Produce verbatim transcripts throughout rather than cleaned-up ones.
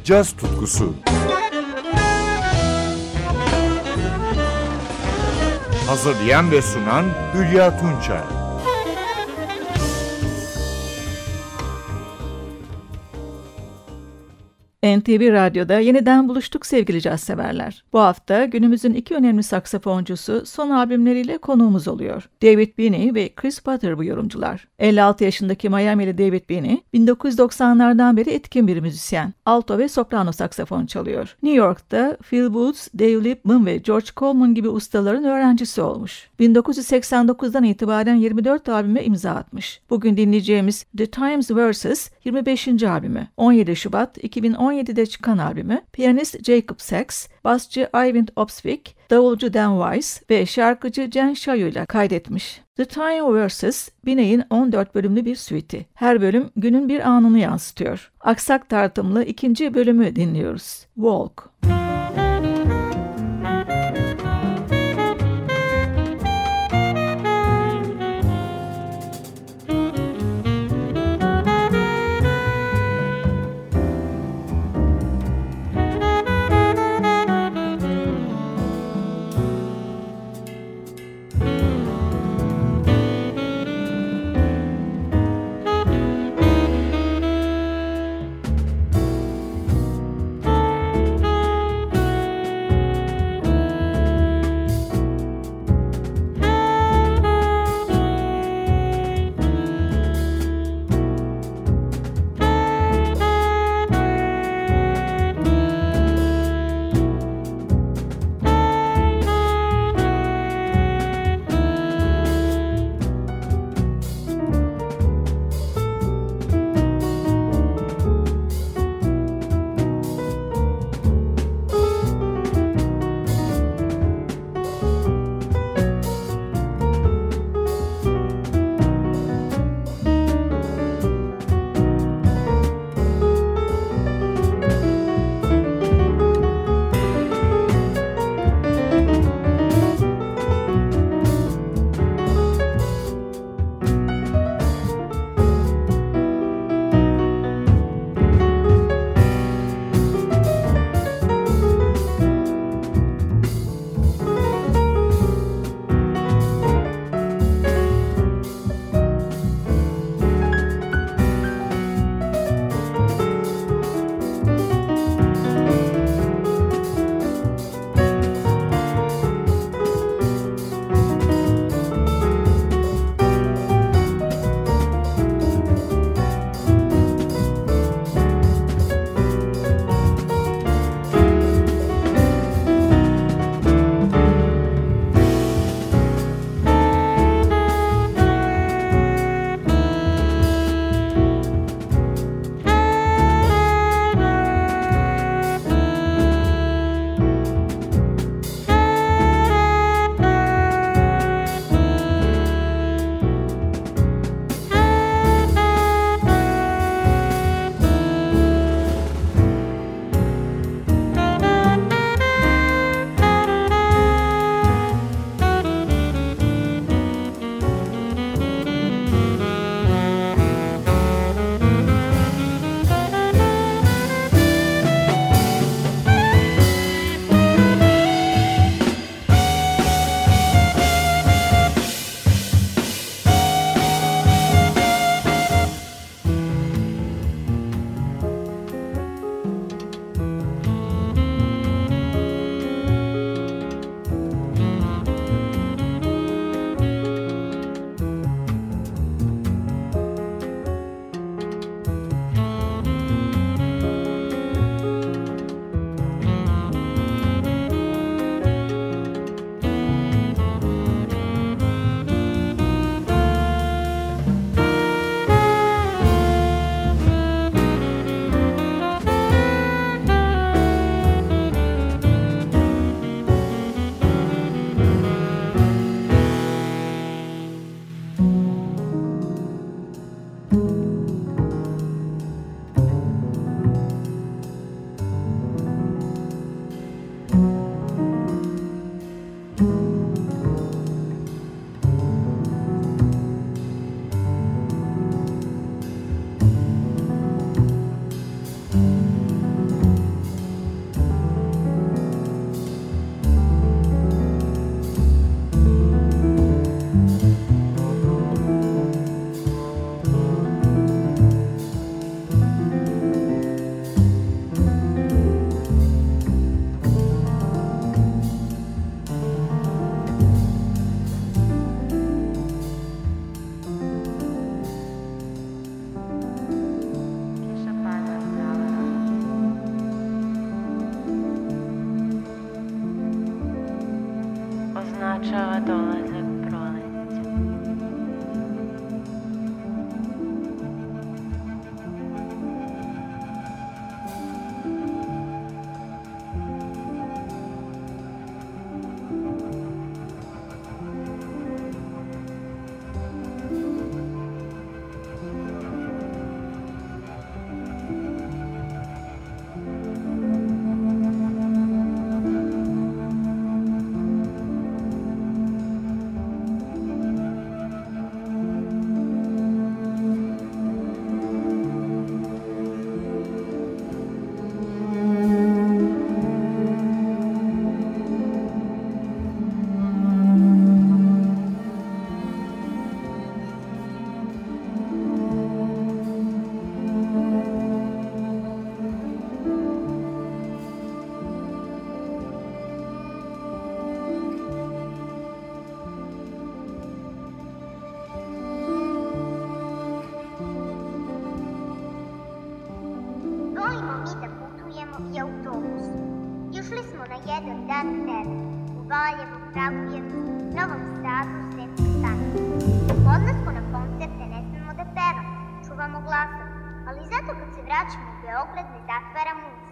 caz tutkusu. Hazırlayan ve sunan Hülya Tunçay. N T V Radyo'da yeniden buluştuk sevgili caz severler. Bu hafta günümüzün iki önemli saksafoncusu son albümleriyle konuğumuz oluyor. David Binney ve Chris Potter bu yorumcular. elli altı yaşındaki Miami'li David Binney, bin dokuz yüz doksanlardan beri etkin bir müzisyen. Alto ve soprano saksafon çalıyor. New York'ta Phil Woods, Dave Liebman ve George Coleman gibi ustaların öğrencisi olmuş. bin dokuz yüz seksen dokuzdan itibaren yirmi dört albüme imza atmış. Bugün dinleyeceğimiz The Times Versus yirmi beşinci albümü. on yedi Şubat iki bin on yedide çıkan albümü, piyanist Jacob Sachs, basçı Eivind Opsvik, davulcu Dan Weiss ve şarkıcı Jen Shayo ile kaydetmiş. The Time Versus, Binney'in on dört bölümlü bir suite'i. Her bölüm günün bir anını yansıtıyor. Aksak tartımlı ikinci bölümü dinliyoruz. Walk. začala dolezak proleće. I autobus. Išli smo na jedan dan tebe, u Valjevu, Kragujevcu, Novom Sadu, Sremsku stanicu. Odlasku na koncerte ne smemo da pevamo, čuvamo glasom, ali zato kad se vraćamo u Beograd ne zatvaramo usta.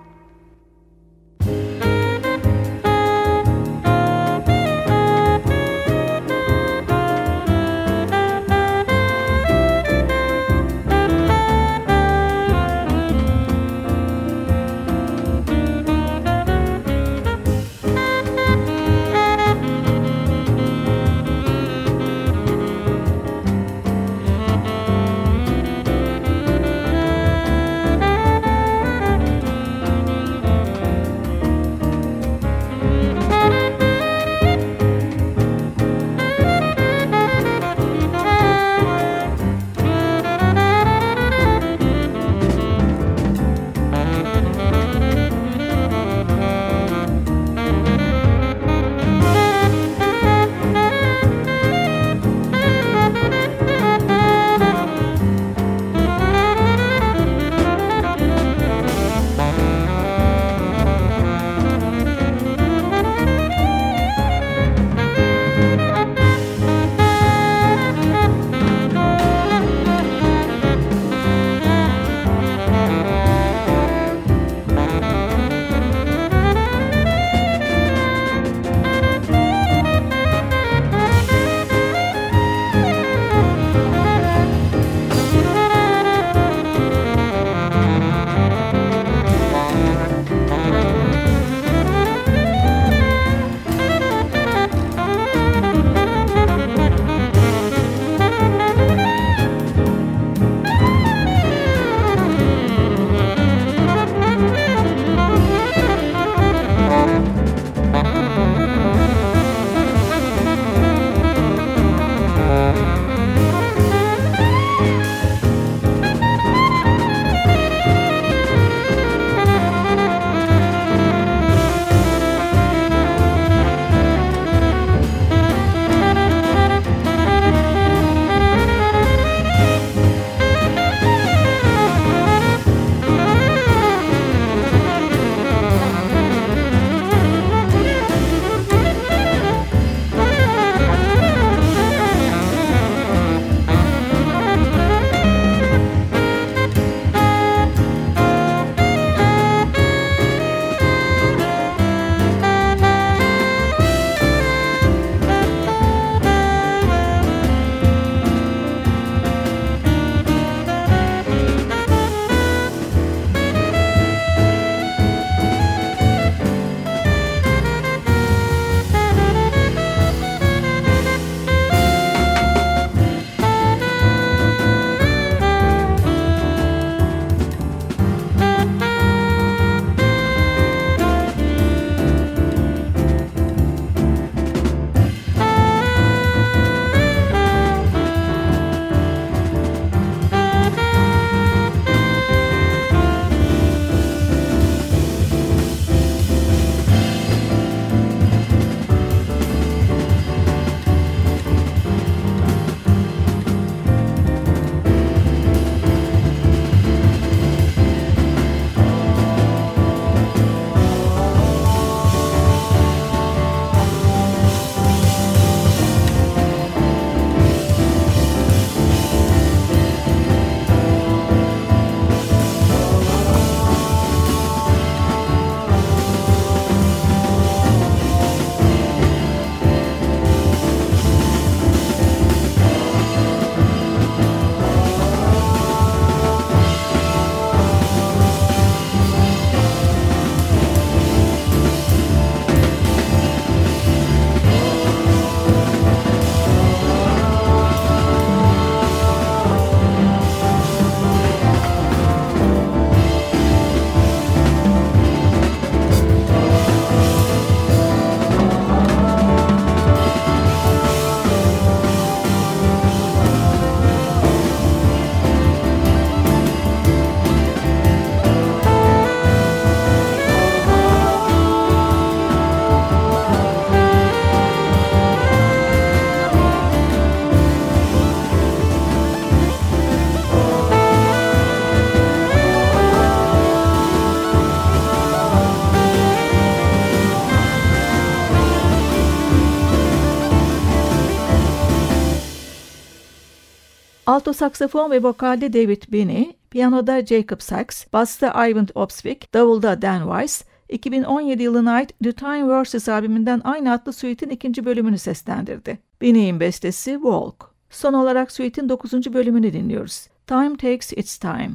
Alto saksafon ve vokalde David Binney, piyanoda Jacob Sachs, basta Ivan Opsvik, davulda Dan Weiss, iki bin on yedi yılına ait The Time Verses albümünden aynı adlı suite'in ikinci bölümünü seslendirdi. Binney'in bestesi Walk. Son olarak suite'in dokuzuncu bölümünü dinliyoruz. Time Takes Its Time.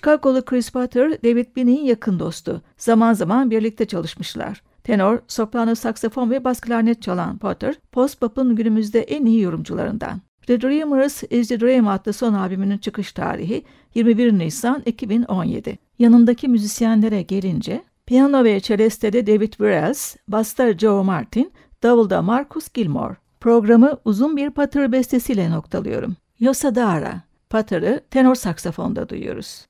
Chicago'lu Chris Potter, David Binney'in yakın dostu. Zaman zaman birlikte çalışmışlar. Tenor, soprano, saksafon ve bas klarnet çalan Potter, post-pop'un günümüzde en iyi yorumcularından. The Dreamers is the Dream adlı son albümünün çıkış tarihi yirmi bir Nisan iki bin on yedi. Yanındaki müzisyenlere gelince, piyano ve celeste'de David Wireless, basta Joe Martin, davulda Marcus Gilmore. Programı uzun bir Potter bestesiyle noktalıyorum. Yosadara, Potter'ı tenor saksafonda duyuyoruz.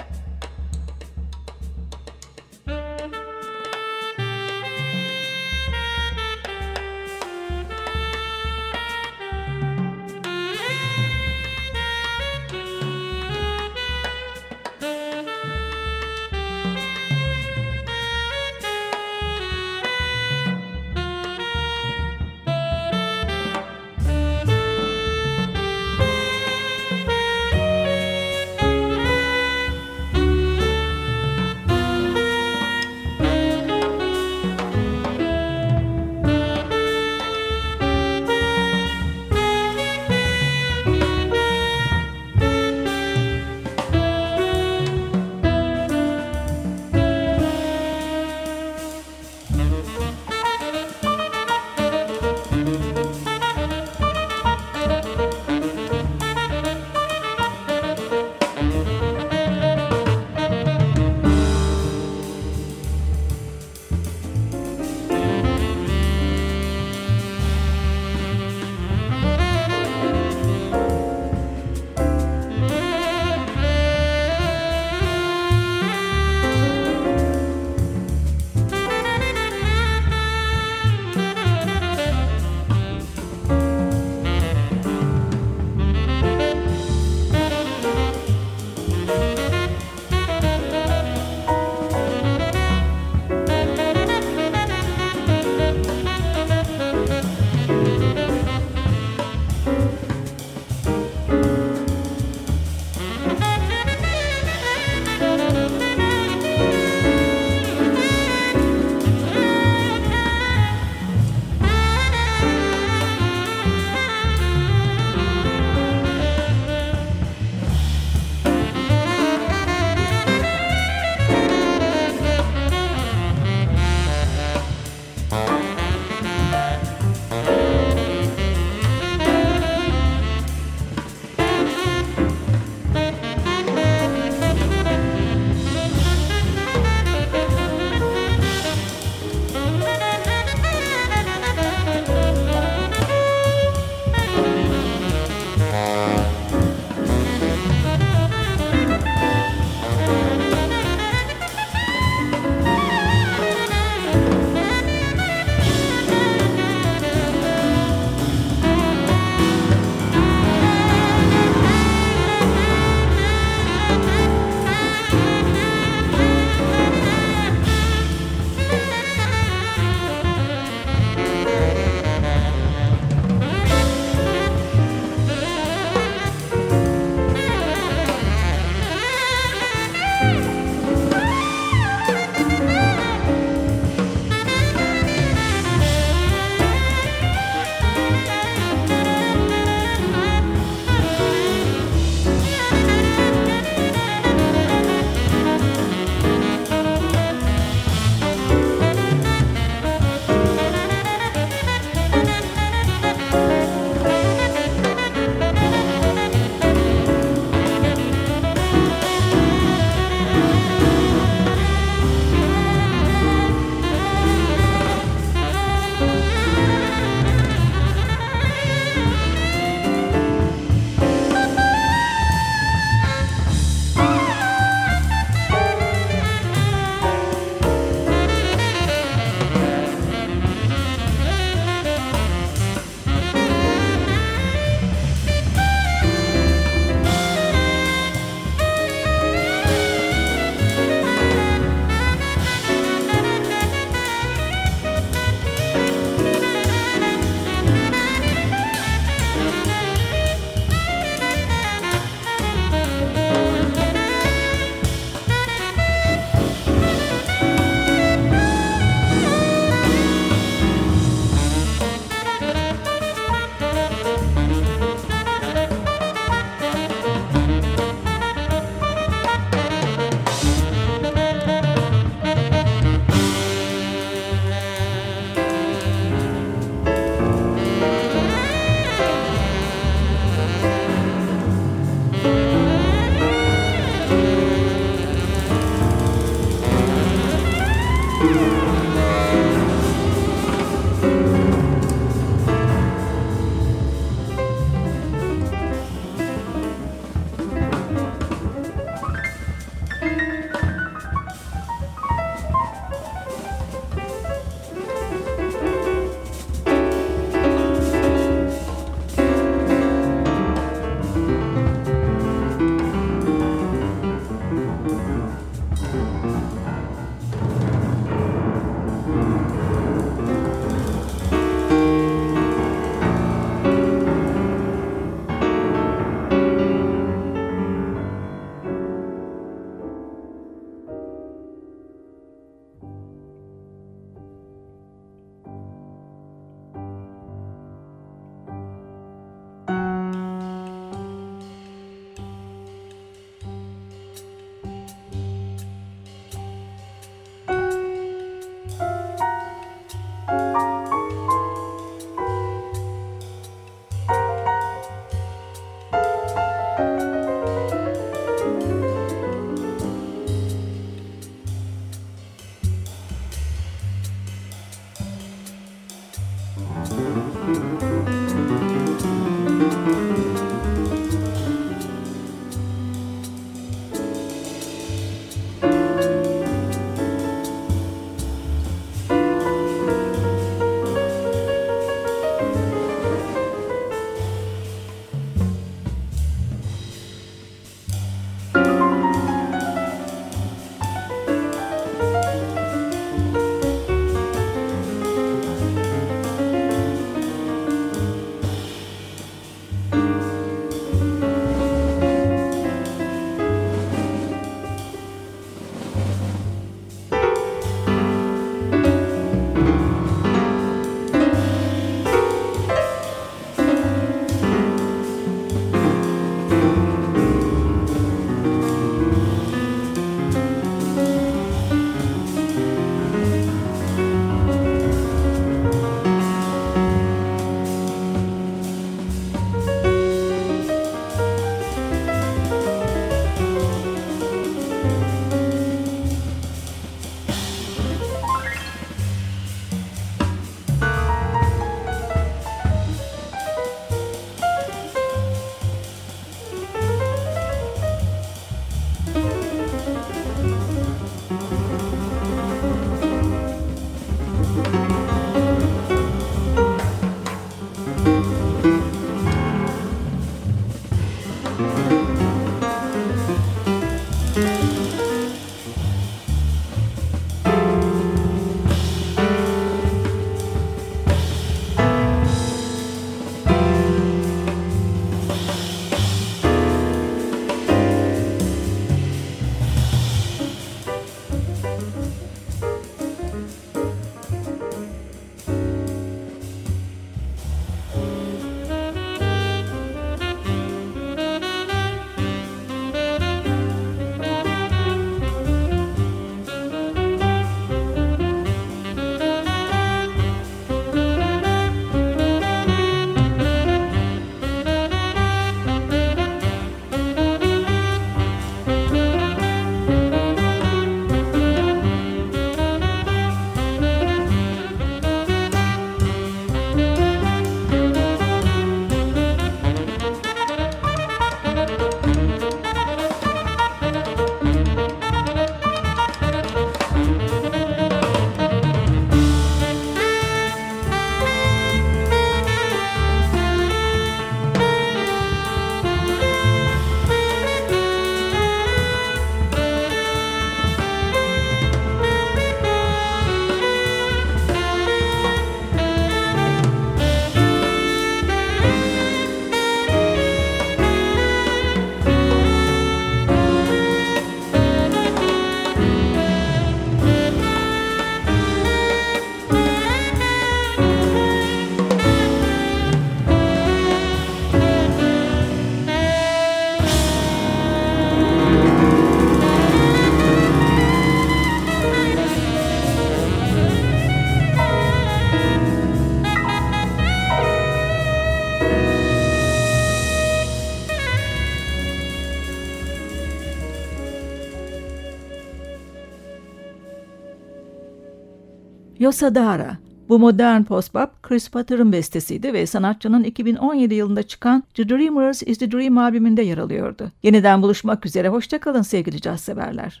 Yosadara. Bu modern post-bop Chris Potter'ın bestesiydi ve sanatçının iki bin on yedi yılında çıkan The Dreamers is the Dream albümünde yer alıyordu. Yeniden buluşmak üzere, hoşça kalın sevgili caz severler.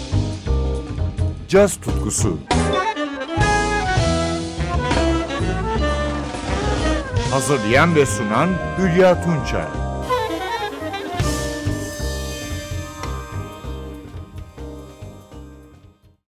Caz tutkusu. Hazırlayan ve sunan Hülya Tunçay.